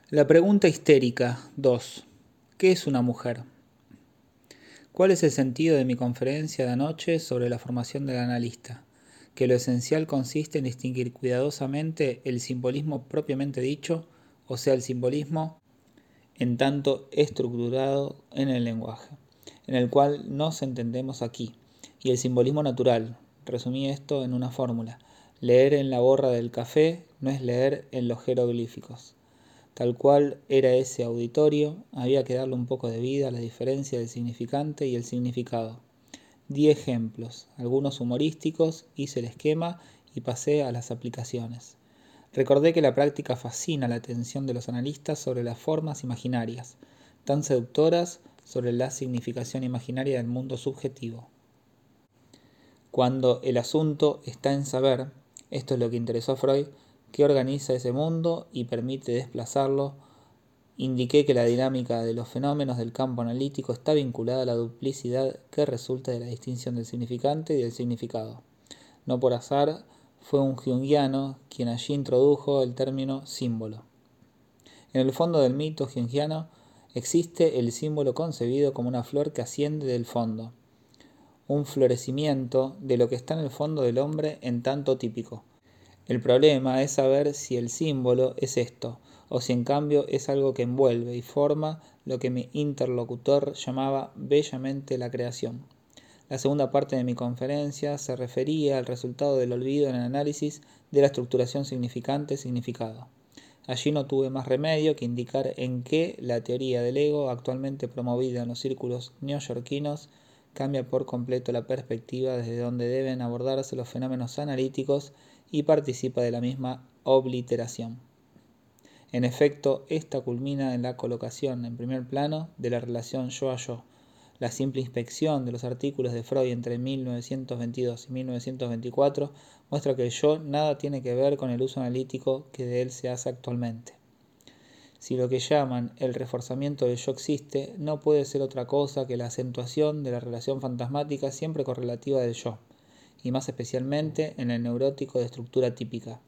La pregunta histérica 2. ¿Qué es una mujer? ¿Cuál es el sentido de mi conferencia de anoche sobre la formación del analista? Que lo esencial consiste en distinguir cuidadosamente el simbolismo propiamente dicho, o sea, el simbolismo en tanto estructurado en el lenguaje, en el cual nos entendemos aquí, y el simbolismo natural. Resumí esto en una fórmula. Leer en la borra del café no es leer en los jeroglíficos. Tal cual era ese auditorio, había que darle un poco de vida a la diferencia del significante y el significado. Di ejemplos, algunos humorísticos, hice el esquema y pasé a las aplicaciones. Recordé que la práctica fascina la atención de los analistas sobre las formas imaginarias, tan seductoras sobre la significación imaginaria del mundo subjetivo. Cuando el asunto está en saber, esto es lo que interesó a Freud, que organiza ese mundo y permite desplazarlo, indiqué que la dinámica de los fenómenos del campo analítico está vinculada a la duplicidad que resulta de la distinción del significante y del significado. No por azar, fue un junguiano quien allí introdujo el término símbolo. En el fondo del mito junguiano existe el símbolo concebido como una flor que asciende del fondo, un florecimiento de lo que está en el fondo del hombre en tanto típico. El problema es saber si el símbolo es esto, o si en cambio es algo que envuelve y forma lo que mi interlocutor llamaba bellamente la creación. La segunda parte de mi conferencia se refería al resultado del olvido en el análisis de la estructuración significante-significado. Allí no tuve más remedio que indicar en qué la teoría del ego, actualmente promovida en los círculos neoyorquinos, cambia por completo la perspectiva desde donde deben abordarse los fenómenos analíticos y participa de la misma obliteración. En efecto, esta culmina en la colocación en primer plano de la relación yo a yo. La simple inspección de los artículos de Freud entre 1922 y 1924 muestra que el yo nada tiene que ver con el uso analítico que de él se hace actualmente. Si lo que llaman el reforzamiento del yo existe, no puede ser otra cosa que la acentuación de la relación fantasmática siempre correlativa del yo, y más especialmente en el neurótico de estructura típica.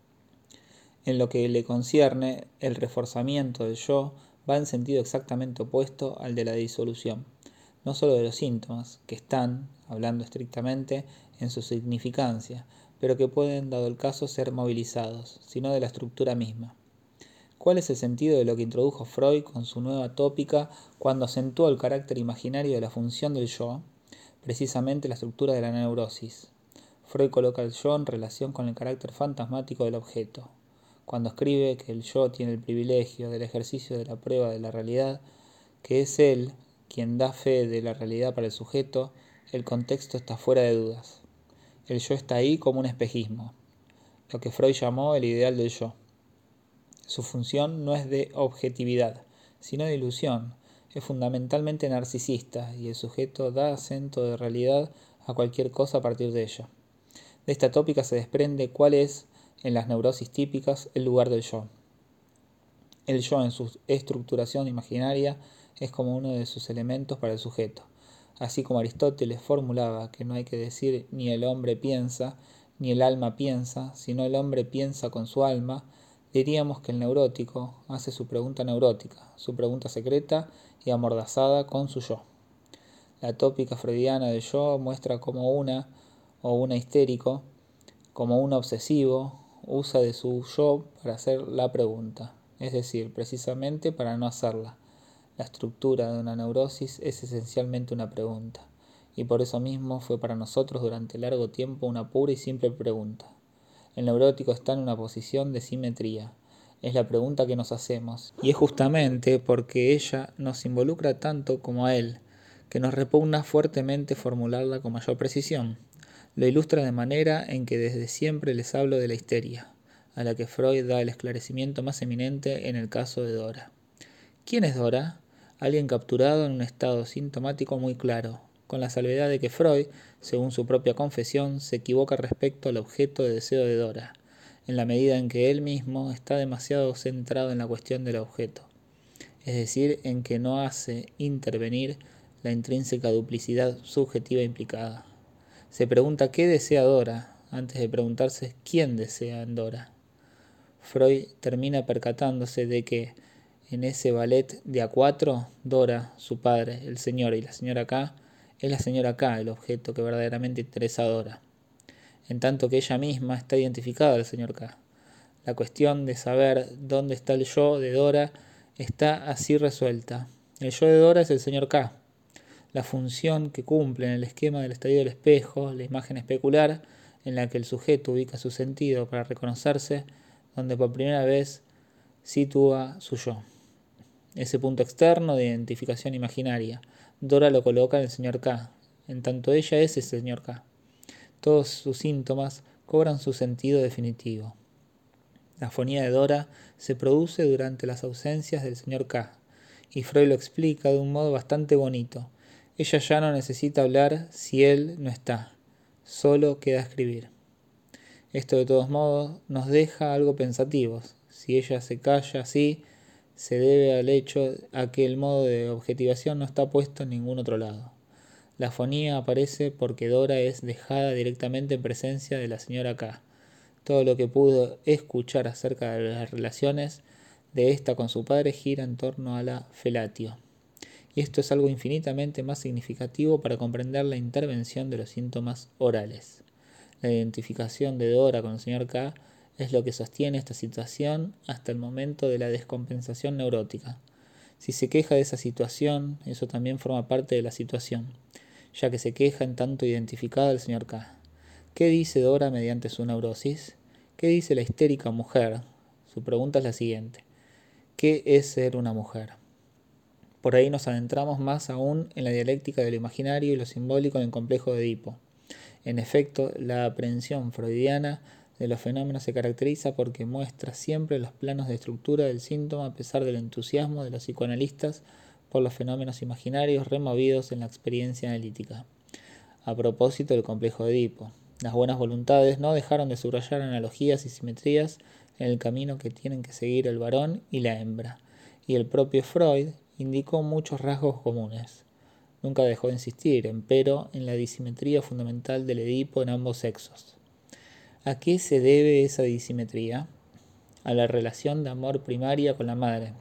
En lo que le concierne, el reforzamiento del yo va en sentido exactamente opuesto al de la disolución, no solo de los síntomas, que están, hablando estrictamente, en su significancia, pero que pueden, dado el caso, ser movilizados, sino de la estructura misma. ¿Cuál es el sentido de lo que introdujo Freud con su nueva tópica cuando acentuó el carácter imaginario de la función del yo? Precisamente la estructura de la neurosis. Freud coloca el yo en relación con el carácter fantasmático del objeto. Cuando escribe que el yo tiene el privilegio del ejercicio de la prueba de la realidad, que es él quien da fe de la realidad para el sujeto, el contexto está fuera de dudas. El yo está ahí como un espejismo, lo que Freud llamó el ideal del yo. Su función no es de objetividad, sino de ilusión, es fundamentalmente narcisista y el sujeto da acento de realidad a cualquier cosa a partir de ella. De esta tópica se desprende cuál es, en las neurosis típicas, el lugar del yo. El yo en su estructuración imaginaria es como uno de sus elementos para el sujeto. Así como Aristóteles formulaba que no hay que decir ni el hombre piensa, ni el alma piensa, sino el hombre piensa con su alma, diríamos que el neurótico hace su pregunta neurótica, su pregunta secreta y amordazada con su yo. La tópica freudiana del yo muestra cómo una histérico, como un obsesivo, usa de su yo para hacer la pregunta, es decir, precisamente para no hacerla. La estructura de una neurosis es esencialmente una pregunta, y por eso mismo fue para nosotros durante largo tiempo una pura y simple pregunta. El neurótico está en una posición de simetría. Es la pregunta que nos hacemos, y es justamente porque ella nos involucra tanto como a él, que nos repugna fuertemente formularla con mayor precisión. Lo ilustra de manera en que desde siempre les hablo de la histeria, a la que Freud da el esclarecimiento más eminente en el caso de Dora. ¿Quién es Dora? Alguien capturado en un estado sintomático muy claro, con la salvedad de que Freud, según su propia confesión, se equivoca respecto al objeto de deseo de Dora, en la medida en que él mismo está demasiado centrado en la cuestión del objeto, es decir, en que no hace intervenir la intrínseca duplicidad subjetiva implicada. Se pregunta qué desea Dora, antes de preguntarse quién desea en Dora. Freud termina percatándose de que, en ese ballet de A4, Dora, su padre, el señor y la señora K, es la señora K el objeto que verdaderamente interesa a Dora, en tanto que ella misma está identificada al señor K. La cuestión de saber dónde está el yo de Dora está así resuelta. El yo de Dora es el señor K. La función que cumple en el esquema del estadio del espejo, la imagen especular, en la que el sujeto ubica su sentido para reconocerse, donde por primera vez sitúa su yo. Ese punto externo de identificación imaginaria, Dora lo coloca en el señor K, en tanto ella es el señor K. Todos sus síntomas cobran su sentido definitivo. La afonía de Dora se produce durante las ausencias del señor K, y Freud lo explica de un modo bastante bonito. Ella ya no necesita hablar si él no está, solo queda escribir. Esto de todos modos nos deja algo pensativos. Si ella se calla así, se debe al hecho a que el modo de objetivación no está puesto en ningún otro lado. La afonía aparece porque Dora es dejada directamente en presencia de la señora K. Todo lo que pudo escuchar acerca de las relaciones de ésta con su padre gira en torno a la felatio. Y esto es algo infinitamente más significativo para comprender la intervención de los síntomas orales. La identificación de Dora con el señor K es lo que sostiene esta situación hasta el momento de la descompensación neurótica. Si se queja de esa situación, eso también forma parte de la situación, ya que se queja en tanto identificada al señor K. ¿Qué dice Dora mediante su neurosis? ¿Qué dice la histérica mujer? Su pregunta es la siguiente. ¿Qué es ser una mujer? Por ahí nos adentramos más aún en la dialéctica de lo imaginario y lo simbólico en el complejo de Edipo. En efecto, la aprehensión freudiana de los fenómenos se caracteriza porque muestra siempre los planos de estructura del síntoma a pesar del entusiasmo de los psicoanalistas por los fenómenos imaginarios removidos en la experiencia analítica. A propósito del complejo de Edipo, las buenas voluntades no dejaron de subrayar analogías y simetrías en el camino que tienen que seguir el varón y la hembra, y el propio Freud indicó muchos rasgos comunes. Nunca dejó de insistir, empero, en la disimetría fundamental del Edipo en ambos sexos. ¿A qué se debe esa disimetría? A la relación de amor primaria con la madre.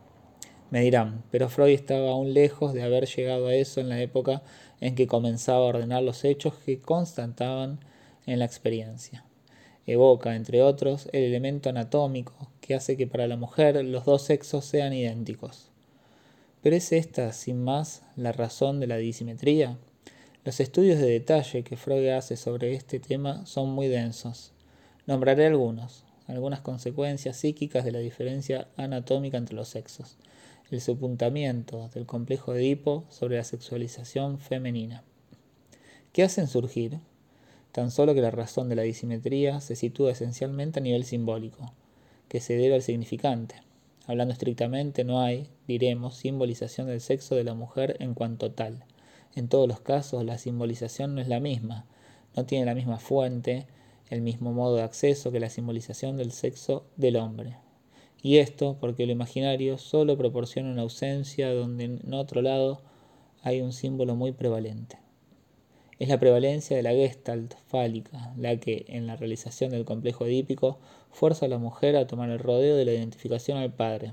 Me dirán, pero Freud estaba aún lejos de haber llegado a eso en la época en que comenzaba a ordenar los hechos que constataban en la experiencia. Evoca, entre otros, el elemento anatómico que hace que para la mujer los dos sexos sean idénticos. ¿Pero es esta, sin más, la razón de la disimetría? Los estudios de detalle que Freud hace sobre este tema son muy densos. Nombraré algunas consecuencias psíquicas de la diferencia anatómica entre los sexos. El sepultamiento del complejo de Edipo sobre la sexualización femenina. ¿Qué hacen surgir? Tan solo que la razón de la disimetría se sitúa esencialmente a nivel simbólico, que se debe al significante. Hablando estrictamente, no hay, diremos, simbolización del sexo de la mujer en cuanto tal. En todos los casos, la simbolización no es la misma, no tiene la misma fuente, el mismo modo de acceso que la simbolización del sexo del hombre. Y esto porque lo imaginario solo proporciona una ausencia donde en otro lado hay un símbolo muy prevalente. Es la prevalencia de la Gestalt fálica la que, en la realización del complejo edípico, fuerza a la mujer a tomar el rodeo de la identificación al padre,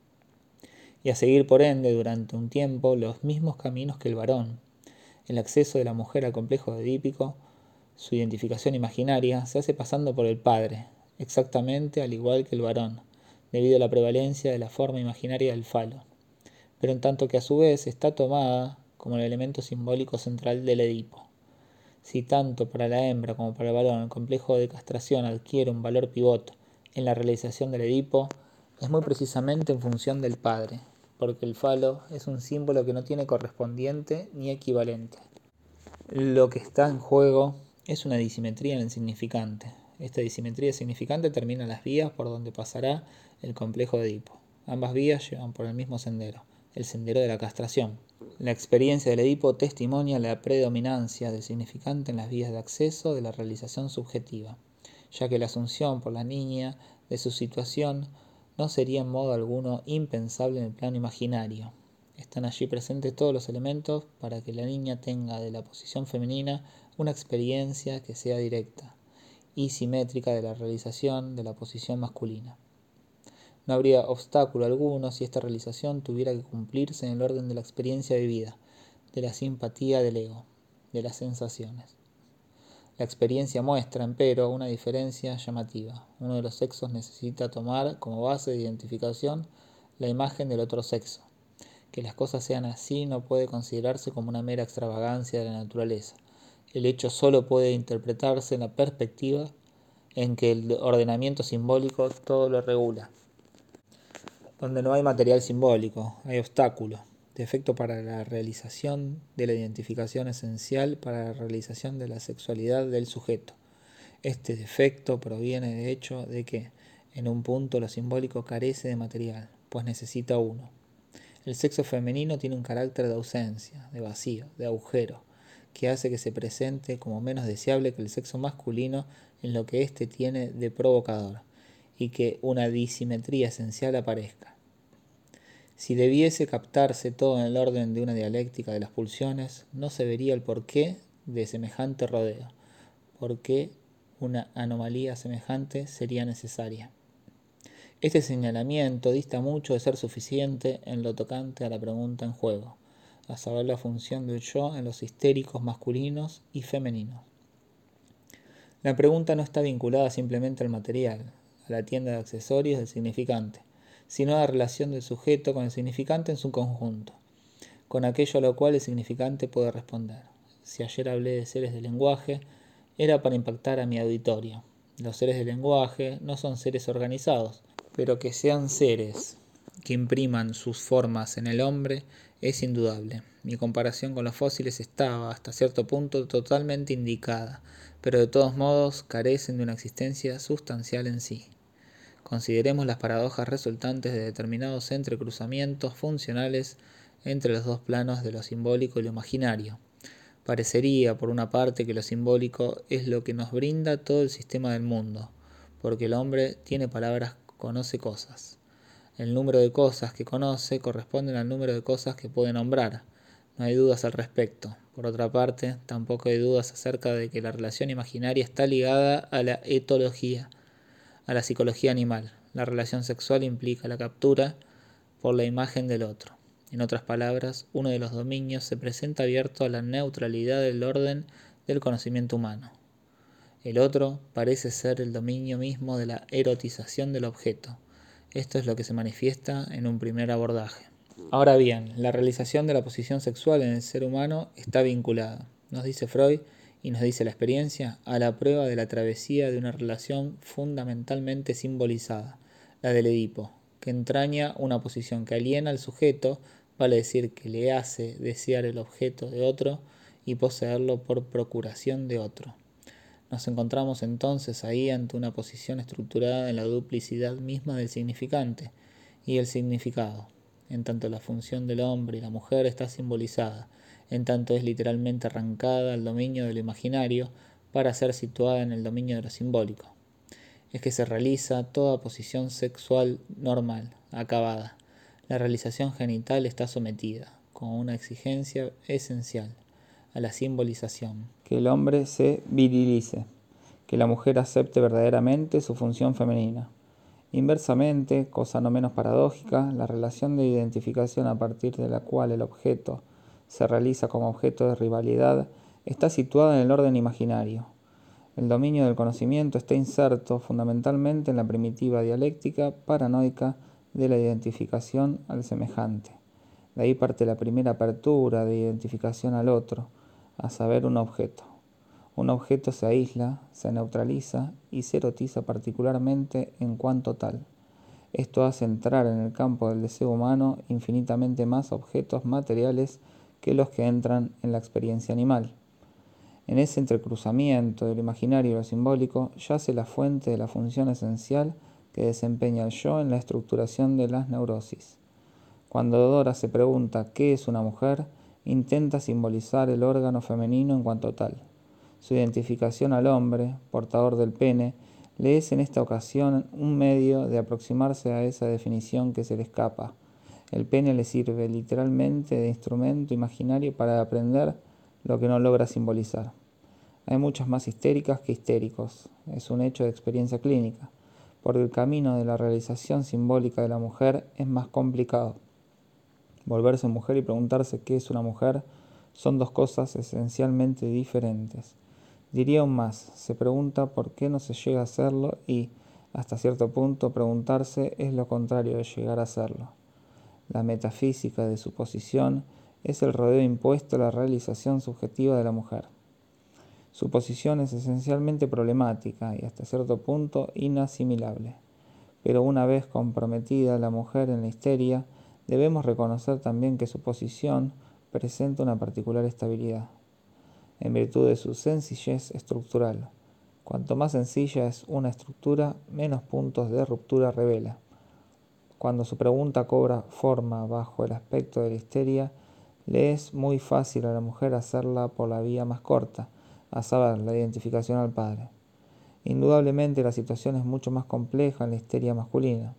y a seguir por ende durante un tiempo los mismos caminos que el varón. El acceso de la mujer al complejo edípico, su identificación imaginaria, se hace pasando por el padre, exactamente al igual que el varón, debido a la prevalencia de la forma imaginaria del falo, pero en tanto que a su vez está tomada como el elemento simbólico central del Edipo. Si tanto para la hembra como para el varón el complejo de castración adquiere un valor pivot en la realización del Edipo, es muy precisamente en función del padre, porque el falo es un símbolo que no tiene correspondiente ni equivalente. Lo que está en juego es una disimetría en el significante. Esta disimetría significante termina en las vías por donde pasará el complejo de Edipo. Ambas vías llevan por el mismo sendero, el sendero de la castración. La experiencia del Edipo testimonia la predominancia del significante en las vías de acceso de la realización subjetiva, ya que la asunción por la niña de su situación no sería en modo alguno impensable en el plano imaginario. Están allí presentes todos los elementos para que la niña tenga de la posición femenina una experiencia que sea directa y simétrica de la realización de la posición masculina. No habría obstáculo alguno si esta realización tuviera que cumplirse en el orden de la experiencia vivida, de la simpatía del ego, de las sensaciones. La experiencia muestra, empero, una diferencia llamativa. Uno de los sexos necesita tomar como base de identificación la imagen del otro sexo. Que las cosas sean así no puede considerarse como una mera extravagancia de la naturaleza. El hecho solo puede interpretarse en la perspectiva en que el ordenamiento simbólico todo lo regula. Donde no hay material simbólico, hay obstáculo, defecto para la realización de la identificación esencial para la realización de la sexualidad del sujeto. Este defecto proviene de hecho de que, en un punto, lo simbólico carece de material, pues necesita uno. El sexo femenino tiene un carácter de ausencia, de vacío, de agujero, que hace que se presente como menos deseable que el sexo masculino en lo que éste tiene de provocador, y que una disimetría esencial aparezca. Si debiese captarse todo en el orden de una dialéctica de las pulsiones, no se vería el porqué de semejante rodeo, porque una anomalía semejante sería necesaria. Este señalamiento dista mucho de ser suficiente en lo tocante a la pregunta en juego, a saber la función del yo en los histéricos masculinos y femeninos. La pregunta no está vinculada simplemente al material, a la tienda de accesorios del significante, sino a la relación del sujeto con el significante en su conjunto, con aquello a lo cual el significante puede responder. Si ayer hablé de seres del lenguaje, era para impactar a mi auditorio. Los seres del lenguaje no son seres organizados, pero que sean seres que impriman sus formas en el hombre es indudable. Mi comparación con los fósiles estaba, hasta cierto punto, totalmente indicada, pero de todos modos carecen de una existencia sustancial en sí. Consideremos las paradojas resultantes de determinados entrecruzamientos funcionales entre los dos planos de lo simbólico y lo imaginario. Parecería, por una parte, que lo simbólico es lo que nos brinda todo el sistema del mundo, porque el hombre tiene palabras, conoce cosas. El número de cosas que conoce corresponde al número de cosas que puede nombrar. No hay dudas al respecto. Por otra parte, tampoco hay dudas acerca de que la relación imaginaria está ligada a la etología, a la psicología animal. La relación sexual implica la captura por la imagen del otro. En otras palabras, uno de los dominios se presenta abierto a la neutralidad del orden del conocimiento humano. El otro parece ser el dominio mismo de la erotización del objeto. Esto es lo que se manifiesta en un primer abordaje. Ahora bien, la realización de la posición sexual en el ser humano está vinculada, nos dice Freud y nos dice la experiencia, a la prueba de la travesía de una relación fundamentalmente simbolizada, la del Edipo, que entraña una posición que aliena al sujeto, vale decir que le hace desear el objeto de otro y poseerlo por procuración de otro. Nos encontramos entonces ahí ante una posición estructurada en la duplicidad misma del significante y el significado, en tanto la función del hombre y la mujer está simbolizada, en tanto es literalmente arrancada al dominio de lo imaginario para ser situada en el dominio de lo simbólico. Es que se realiza toda posición sexual normal, acabada. La realización genital está sometida, con una exigencia esencial, a la simbolización. Que el hombre se virilice, que la mujer acepte verdaderamente su función femenina. Inversamente, cosa no menos paradójica, la relación de identificación a partir de la cual el objeto se realiza como objeto de rivalidad está situada en el orden imaginario. El dominio del conocimiento está inserto fundamentalmente en la primitiva dialéctica paranoica de la identificación al semejante. De ahí parte la primera apertura de identificación al otro, a saber, un objeto. Un objeto se aísla, se neutraliza y se erotiza particularmente en cuanto tal. Esto hace entrar en el campo del deseo humano infinitamente más objetos materiales que los que entran en la experiencia animal. En ese entrecruzamiento del imaginario y lo simbólico yace la fuente de la función esencial que desempeña el yo en la estructuración de las neurosis. Cuando Dora se pregunta ¿qué es una mujer?, intenta simbolizar el órgano femenino en cuanto tal. Su identificación al hombre, portador del pene, le es en esta ocasión un medio de aproximarse a esa definición que se le escapa. El pene le sirve literalmente de instrumento imaginario para aprender lo que no logra simbolizar. Hay muchas más histéricas que histéricos, es un hecho de experiencia clínica. porque el camino de la realización simbólica de la mujer es más complicado. Volverse mujer y preguntarse qué es una mujer son dos cosas esencialmente diferentes. Diría aún más, se pregunta por qué no se llega a hacerlo y, hasta cierto punto, preguntarse es lo contrario de llegar a hacerlo. La metafísica de su posición es el rodeo impuesto a la realización subjetiva de la mujer. Su posición es esencialmente problemática y hasta cierto punto inasimilable. Pero una vez comprometida la mujer en la histeria, debemos reconocer también que su posición presenta una particular estabilidad, en virtud de su sencillez estructural. Cuanto más sencilla es una estructura, menos puntos de ruptura revela. Cuando su pregunta cobra forma bajo el aspecto de la histeria, le es muy fácil a la mujer hacerla por la vía más corta, a saber, la identificación al padre. Indudablemente la situación es mucho más compleja en la histeria masculina.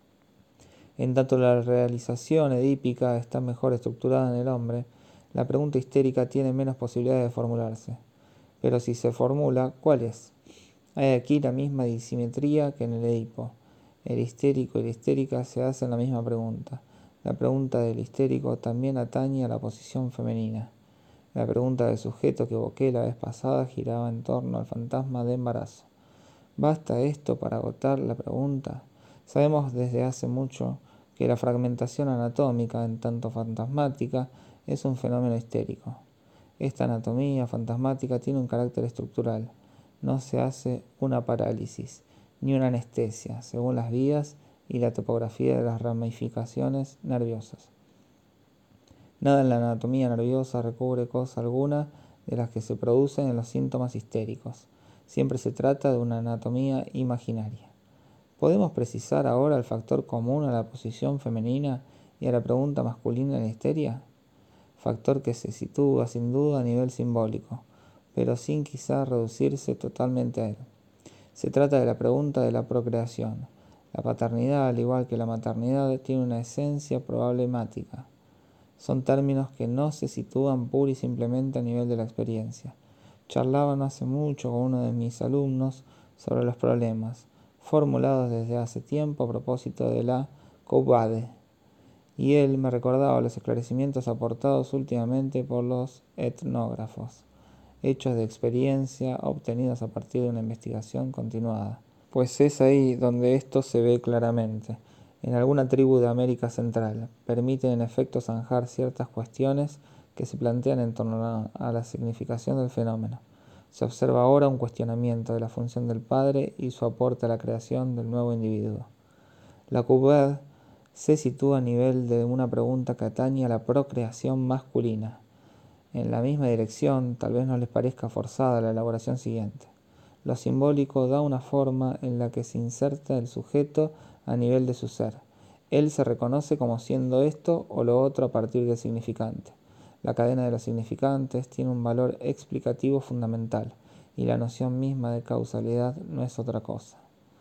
En tanto la realización edípica está mejor estructurada en el hombre, la pregunta histérica tiene menos posibilidades de formularse. Pero si se formula, ¿cuál es? Hay aquí la misma disimetría que en el Edipo. El histérico y la histérica se hacen la misma pregunta. La pregunta del histérico también atañe a la posición femenina. La pregunta del sujeto que evoqué la vez pasada giraba en torno al fantasma de embarazo. ¿Basta esto para agotar la pregunta? Sabemos desde hace mucho que la fragmentación anatómica, en tanto fantasmática, es un fenómeno histérico. Esta anatomía fantasmática tiene un carácter estructural. No se hace una parálisis, ni una anestesia, según las vías y la topografía de las ramificaciones nerviosas. Nada en la anatomía nerviosa recubre cosa alguna de las que se producen en los síntomas histéricos. Siempre se trata de una anatomía imaginaria. ¿Podemos precisar ahora el factor común a la posición femenina y a la pregunta masculina en la histeria? Factor que se sitúa sin duda a nivel simbólico, pero sin quizá reducirse totalmente a él. Se trata de la pregunta de la procreación. La paternidad, al igual que la maternidad, tiene una esencia problemática. Son términos que no se sitúan pura y simplemente a nivel de la experiencia. Charlaba no hace mucho con uno de mis alumnos sobre los problemas, formulados desde hace tiempo a propósito de la Quo y él me recordaba los esclarecimientos aportados últimamente por los etnógrafos, hechos de experiencia obtenidos a partir de una investigación continuada. Pues es ahí donde esto se ve claramente. En alguna tribu de América Central permiten en efecto zanjar ciertas cuestiones que se plantean en torno a la significación del fenómeno. Se observa ahora un cuestionamiento de la función del padre y su aporte a la creación del nuevo individuo. La Cubed se sitúa a nivel de una pregunta que atañe a la procreación masculina. En la misma dirección, tal vez no les parezca forzada la elaboración siguiente. Lo simbólico da una forma en la que se inserta el sujeto a nivel de su ser. Él se reconoce como siendo esto o lo otro a partir del significante. La cadena de los significantes tiene un valor explicativo fundamental, y la noción misma de causalidad no es otra cosa.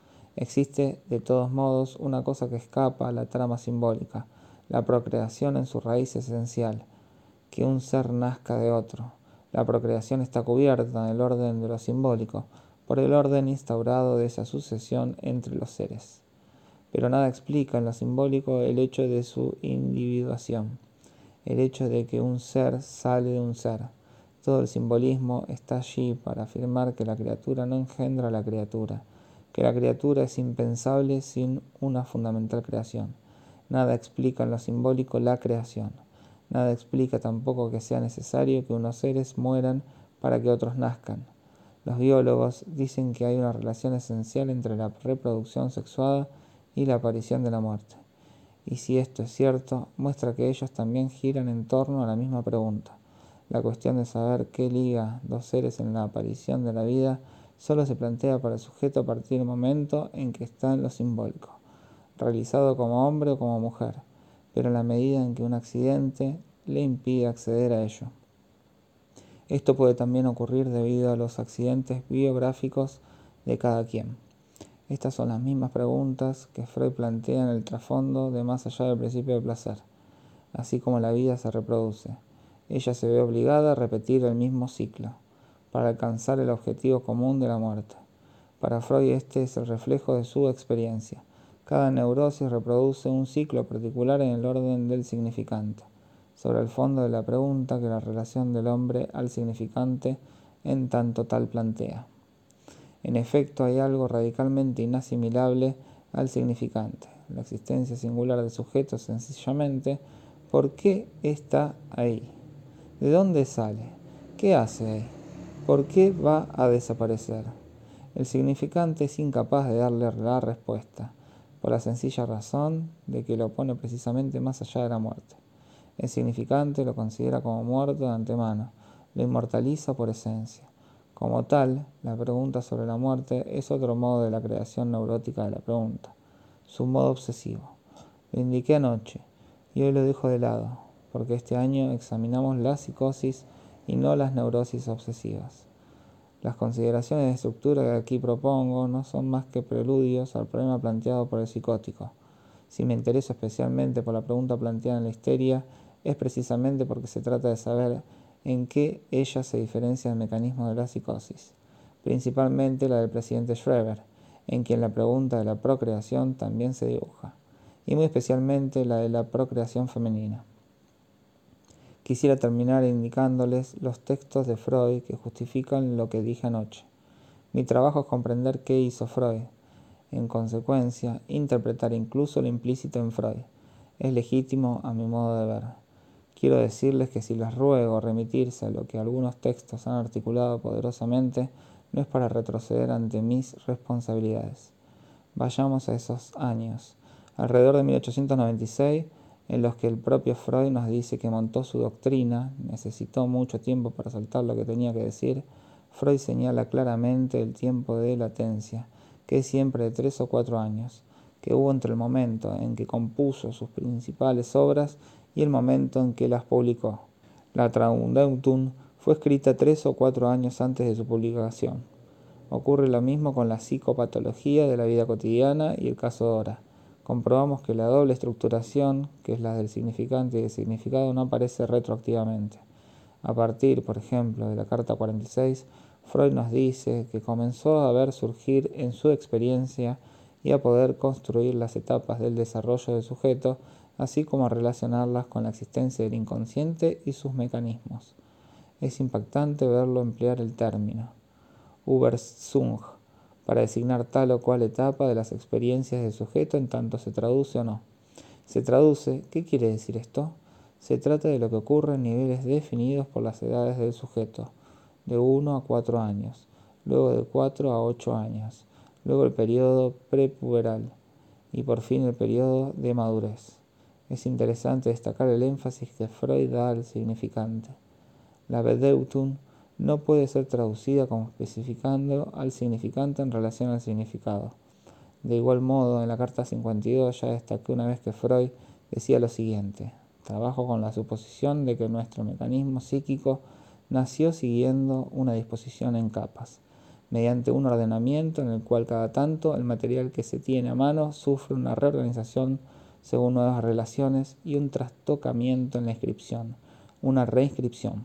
Existe, de todos modos, una cosa que escapa a la trama simbólica, la procreación en su raíz esencial, que un ser nazca de otro. La procreación está cubierta en el orden de lo simbólico, por el orden instaurado de esa sucesión entre los seres. Pero nada explica en lo simbólico el hecho de su individuación, el hecho de que un ser sale de un ser. Todo el simbolismo está allí para afirmar que la criatura no engendra a la criatura, que la criatura es impensable sin una fundamental creación. Nada explica en lo simbólico la creación. Nada explica tampoco que sea necesario que unos seres mueran para que otros nazcan. Los biólogos dicen que hay una relación esencial entre la reproducción sexuada y la aparición de la muerte. Y si esto es cierto, muestra que ellos también giran en torno a la misma pregunta. La cuestión de saber qué liga dos seres en la aparición de la vida solo se plantea para el sujeto a partir del momento en que está en lo simbólico, realizado como hombre o como mujer, pero en la medida en que un accidente le impide acceder a ello. Esto puede también ocurrir debido a los accidentes biográficos de cada quien. Estas son las mismas preguntas que Freud plantea en el trasfondo de Más allá del principio del placer. Así como la vida se reproduce, ella se ve obligada a repetir el mismo ciclo, para alcanzar el objetivo común de la muerte. Para Freud este es el reflejo de su experiencia. Cada neurosis reproduce un ciclo particular en el orden del significante, sobre el fondo de la pregunta que la relación del hombre al significante en tanto tal plantea. En efecto, hay algo radicalmente inasimilable al significante, la existencia singular del sujeto sencillamente. ¿Por qué está ahí? ¿De dónde sale? ¿Qué hace ahí? ¿Por qué va a desaparecer? El significante es incapaz de darle la respuesta, por la sencilla razón de que lo pone precisamente más allá de la muerte. El significante lo considera como muerto de antemano, lo inmortaliza por esencia. Como tal, la pregunta sobre la muerte es otro modo de la creación neurótica de la pregunta, su modo obsesivo. Lo indiqué anoche, y hoy lo dejo de lado, porque este año examinamos la psicosis y no las neurosis obsesivas. Las consideraciones de estructura que aquí propongo no son más que preludios al problema planteado por el psicótico. Si me intereso especialmente por la pregunta planteada en la histeria, es precisamente porque se trata de saber en qué ella se diferencia del mecanismo de la psicosis, principalmente la del presidente Schreber, en quien la pregunta de la procreación también se dibuja, y muy especialmente la de la procreación femenina. Quisiera terminar indicándoles los textos de Freud que justifican lo que dije anoche. Mi trabajo es comprender qué hizo Freud. En consecuencia, interpretar incluso lo implícito en Freud. Es legítimo a mi modo de ver. Quiero decirles que si les ruego remitirse a lo que algunos textos han articulado poderosamente, no es para retroceder ante mis responsabilidades. Vayamos a esos años, alrededor de 1896, en los que el propio Freud nos dice que montó su doctrina, necesitó mucho tiempo para soltar lo que tenía que decir. Freud señala claramente el tiempo de latencia, que es siempre de 3 o 4 años, que hubo entre el momento en que compuso sus principales obras y el momento en que las publicó. La Traumdeutung fue escrita 3 o 4 años antes de su publicación. Ocurre lo mismo con la psicopatología de la vida cotidiana y el caso Dora. Comprobamos que la doble estructuración, que es la del significante y del significado, no aparece retroactivamente. A partir, por ejemplo, de la carta 46, Freud nos dice que comenzó a ver surgir en su experiencia y a poder construir las etapas del desarrollo del sujeto, así como a relacionarlas con la existencia del inconsciente y sus mecanismos. Es impactante verlo emplear el término Überzeugung para designar tal o cual etapa de las experiencias del sujeto en tanto se traduce o no. Se traduce, ¿qué quiere decir esto? Se trata de lo que ocurre en niveles definidos por las edades del sujeto, de 1 a 4 años, luego de 4 a 8 años, luego el periodo prepuberal y por fin el periodo de madurez. Es interesante destacar el énfasis que Freud da al significante. La Bedeutung no puede ser traducida como especificando al significante en relación al significado. De igual modo, en la carta 52 ya destaqué una vez que Freud decía lo siguiente: trabajo con la suposición de que nuestro mecanismo psíquico nació siguiendo una disposición en capas, mediante un ordenamiento en el cual cada tanto el material que se tiene a mano sufre una reorganización según nuevas relaciones y un trastocamiento en la inscripción, una reinscripción.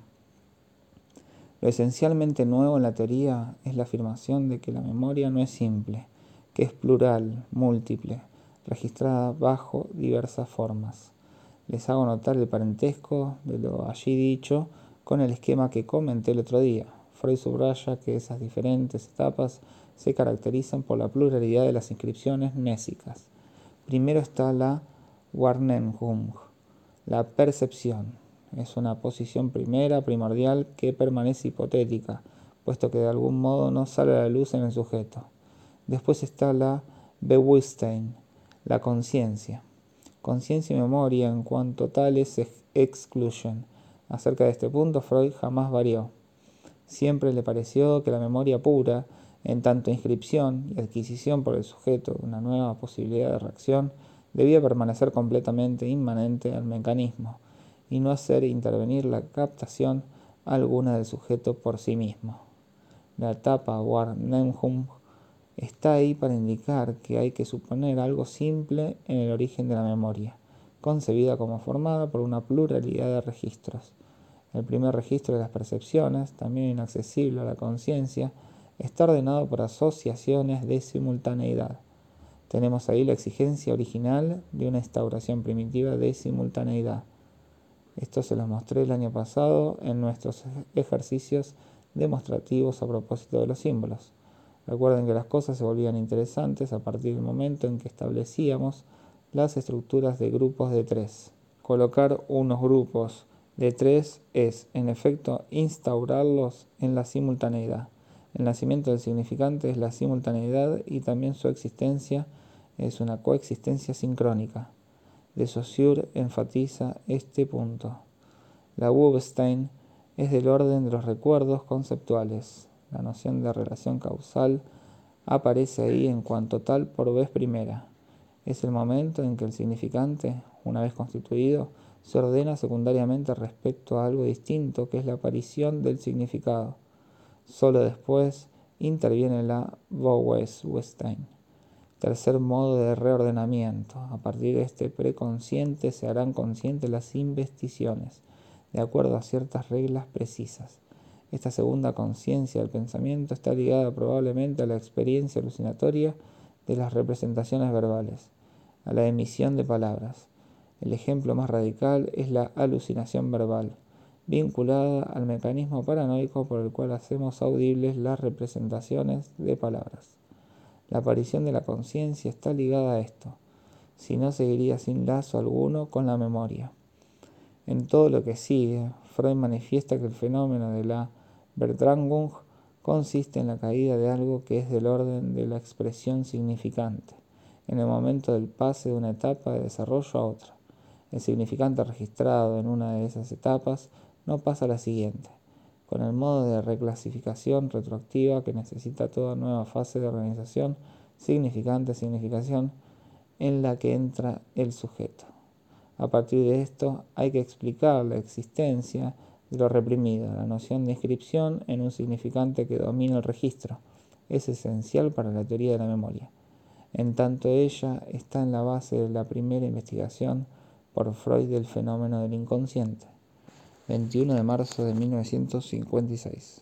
Lo esencialmente nuevo en la teoría es la afirmación de que la memoria no es simple, que es plural, múltiple, registrada bajo diversas formas. Les hago notar el parentesco de lo allí dicho con el esquema que comenté el otro día. Freud subraya que esas diferentes etapas se caracterizan por la pluralidad de las inscripciones mnésicas. Primero está la Wahrnehmung, la percepción. Es una posición primordial que permanece hipotética, puesto que de algún modo no sale a la luz en el sujeto. Después está la Bewusstsein, la conciencia. Conciencia y memoria en cuanto tales se excluyen. Acerca de este punto Freud jamás varió. Siempre le pareció que la memoria pura, en tanto inscripción y adquisición por el sujeto de una nueva posibilidad de reacción, debía permanecer completamente inmanente al mecanismo y no hacer intervenir la captación alguna del sujeto por sí mismo. La etapa Wahrnehmung está ahí para indicar que hay que suponer algo simple en el origen de la memoria, concebida como formada por una pluralidad de registros. El primer registro de las percepciones, también inaccesible a la conciencia, está ordenado por asociaciones de simultaneidad. Tenemos ahí la exigencia original de una instauración primitiva de simultaneidad. Esto se los mostré el año pasado en nuestros ejercicios demostrativos a propósito de los símbolos. Recuerden que las cosas se volvían interesantes a partir del momento en que establecíamos las estructuras de grupos de 3. Colocar unos grupos de 3 es, en efecto, instaurarlos en la simultaneidad. El nacimiento del significante es la simultaneidad y también su existencia es una coexistencia sincrónica. De Saussure enfatiza este punto. La Wettstein es del orden de los recuerdos conceptuales. La noción de relación causal aparece ahí en cuanto tal por vez primera. Es el momento en que el significante, una vez constituido, se ordena secundariamente respecto a algo distinto que es la aparición del significado. Solo después interviene la Wettstein. Tercer modo de reordenamiento. A partir de este preconsciente se harán conscientes las investiciones, de acuerdo a ciertas reglas precisas. Esta segunda conciencia del pensamiento está ligada probablemente a la experiencia alucinatoria de las representaciones verbales, a la emisión de palabras. El ejemplo más radical es la alucinación verbal, vinculada al mecanismo paranoico por el cual hacemos audibles las representaciones de palabras. La aparición de la conciencia está ligada a esto, si no seguiría sin lazo alguno con la memoria. En todo lo que sigue, Freud manifiesta que el fenómeno de la Verdrängung consiste en la caída de algo que es del orden de la expresión significante, en el momento del pase de una etapa de desarrollo a otra. El significante registrado en una de esas etapas no pasa a la siguiente, con el modo de reclasificación retroactiva que necesita toda nueva fase de organización, significante-significación, en la que entra el sujeto. A partir de esto hay que explicar la existencia de lo reprimido. La noción de inscripción en un significante que domina el registro es esencial para la teoría de la memoria. En tanto ella está en la base de la primera investigación por Freud del fenómeno del inconsciente. 21 de marzo de 1956.